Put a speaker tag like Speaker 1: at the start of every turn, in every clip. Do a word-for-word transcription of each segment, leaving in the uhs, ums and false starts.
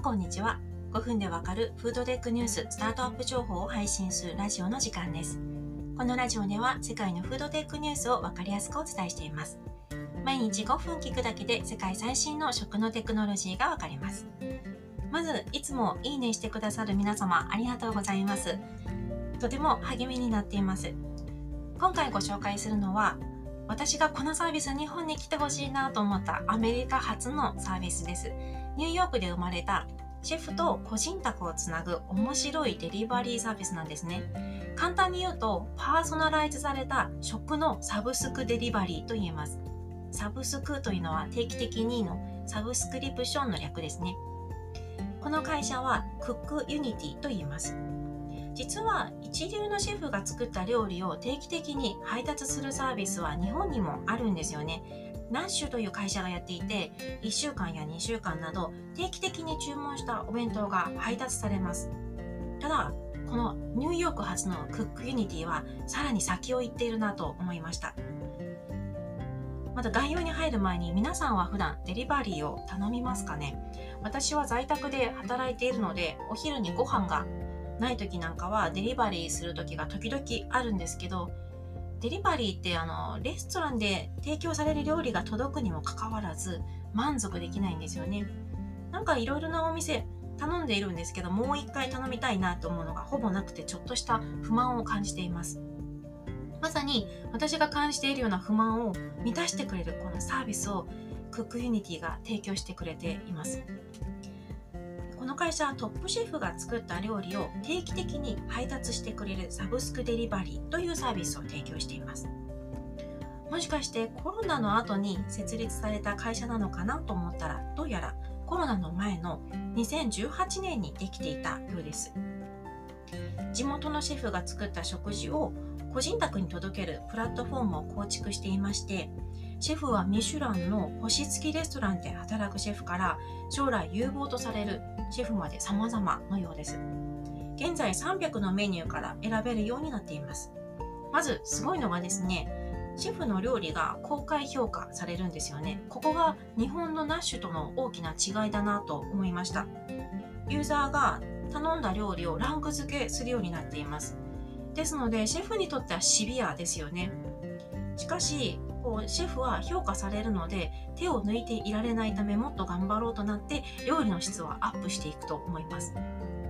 Speaker 1: こんにちは。ごふんでわかるフードテックニューススタートアップ情報を配信するラジオの時間です。このラジオでは世界のフードテックニュースをわかりやすくお伝えしています。毎日ごふん聞くだけで世界最新の食のテクノロジーがわかります。まず、いつもいいねしてくださる皆様ありがとうございます。とても励みになっています。今回ご紹介するのは、私がこのサービス日本に来てほしいなと思ったアメリカ初のサービスです。ニューヨークで生まれたシェフと個人宅をつなぐ面白いデリバリーサービスなんですね。簡単に言うと、パーソナライズされた食のサブスクデリバリーと言えます。サブスクというのは定期的にのサブスクリプションの略ですね。この会社はクックユニティと言います。実は一流のシェフが作った料理を定期的に配達するサービスは日本にもあるんですよね。ナッシュという会社がやっていて、いっしゅうかんやにしゅうかんなど定期的に注文したお弁当が配達されます。ただ、このニューヨーク発のクックユニティはさらに先を行っているなと思いました。また概要に入る前に、皆さんは普段デリバリーを頼みますかね？私は在宅で働いているので、お昼にご飯がない時なんかはデリバリーする時が時々あるんですけど、デリバリーってあのレストランで提供される料理が届くにもかかわらず満足できないんですよね。なんかいろいろなお店頼んでいるんですけど、もう一回頼みたいなと思うのがほぼなくて、ちょっとした不満を感じています。まさに私が感じているような不満を満たしてくれるこのサービスをクックユニティが提供してくれています。この会社はトップシェフが作った料理を定期的に配達してくれるサブスクデリバリーというサービスを提供しています。もしかしてコロナの後に設立された会社なのかなと思ったら、どうやらコロナの前のにせんじゅうはちねんにできていたようです。地元のシェフが作った食事を個人宅に届けるプラットフォームを構築していまして、シェフはミシュランの星付きレストランで働くシェフから将来有望とされるシェフまで様々のようです。現在さんびゃくのメニューから選べるようになっています。まずすごいのがですね、シェフの料理が公開評価されるんですよね。ここが日本のナッシュとの大きな違いだなと思いました。ユーザーが頼んだ料理をランク付けするようになっています。ですのでシェフにとってはシビアですよね。しかしこうシェフは評価されるので手を抜いていられないため、もっと頑張ろうとなって料理の質はアップしていくと思います。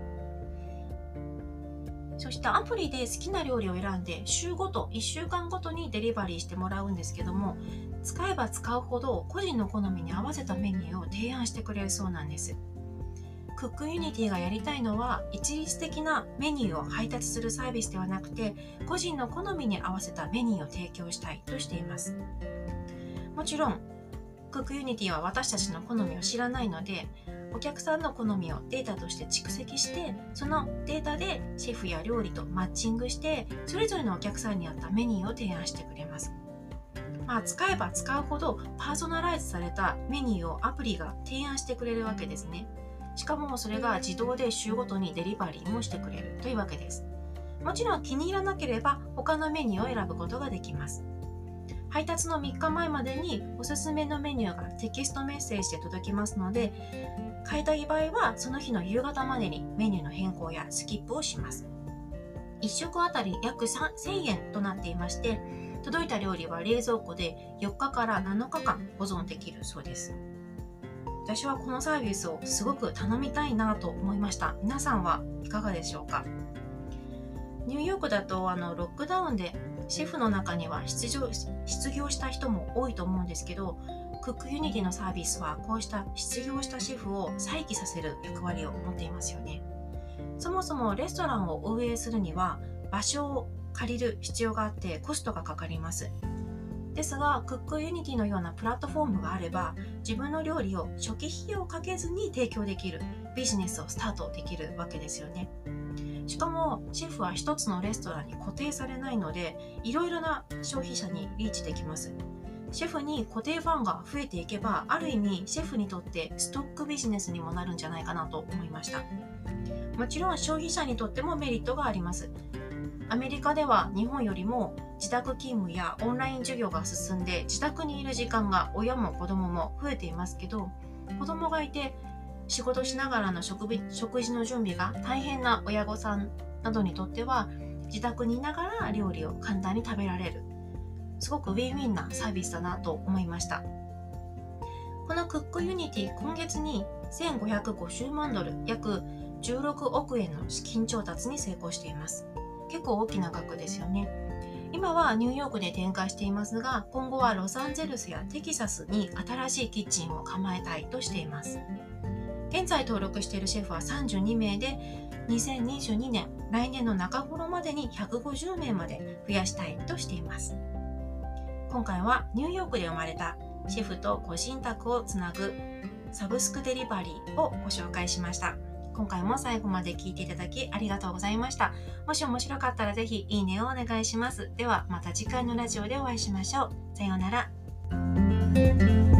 Speaker 1: そしてアプリで好きな料理を選んで週ごといっしゅうかんごとにデリバリーしてもらうんですけども、使えば使うほど個人の好みに合わせたメニューを提案してくれるそうなんです。クックユニティがやりたいのは一律的なメニューを配達するサービスではなくて、個人の好みに合わせたメニューを提供したいとしています。もちろんクックユニティは私たちの好みを知らないので、お客さんの好みをデータとして蓄積して、そのデータでシェフや料理とマッチングして、それぞれのお客さんに合ったメニューを提案してくれます。まあ、使えば使うほどパーソナライズされたメニューをアプリが提案してくれるわけですね。しかもそれが自動で週ごとにデリバリーもしてくれるというわけです。もちろん気に入らなければ他のメニューを選ぶことができます。配達のみっかまえまでにおすすめのメニューがテキストメッセージで届きますので、買いたい場合はその日の夕方までにメニューの変更やスキップをします。いっ食あたり約せんえんとなっていまして、届いた料理は冷蔵庫でよっかからなのかかん保存できるそうです。私はこのサービスをすごく頼みたいなと思いました。皆さんはいかがでしょうか？ニューヨークだとあのロックダウンでシェフの中には失業、失業した人も多いと思うんですけど、クックユニティのサービスはこうした失業したシェフを再起させる役割を持っていますよね。そもそもレストランを運営するには場所を借りる必要があってコストがかかります。ですが、クックユニティのようなプラットフォームがあれば、自分の料理を初期費用をかけずに提供できるビジネスをスタートできるわけですよね。しかもシェフは一つのレストランに固定されないので、いろいろな消費者にリーチできます。シェフに固定ファンが増えていけば、ある意味シェフにとってストックビジネスにもなるんじゃないかなと思いました。もちろん消費者にとってもメリットがあります。アメリカでは日本よりも自宅勤務やオンライン授業が進んで、自宅にいる時間が親も子供も増えていますけど、子供がいて仕事しながらの食事食事の準備が大変な親御さんなどにとっては、自宅にいながら料理を簡単に食べられる、すごくウィンウィンなサービスだなと思いました。このクックユニティ、今月にせんごひゃくごじゅうまんドル、約じゅうろくおくえんの資金調達に成功しています。結構大きな額ですよね。今はニューヨークで展開していますが、今後はロサンゼルスやテキサスに新しいキッチンを構えたいとしています。現在登録しているシェフはさんじゅうにめいで、にせんにじゅうにねん、来年の中頃までにひゃくごじゅうめいまで増やしたいとしています。今回はニューヨークで生まれたシェフと個人宅をつなぐサブスクデリバリーをご紹介しました。今回も最後まで聞いていただきありがとうございました。もし面白かったらぜひいいねをお願いします。ではまた次回のラジオでお会いしましょう。さようなら。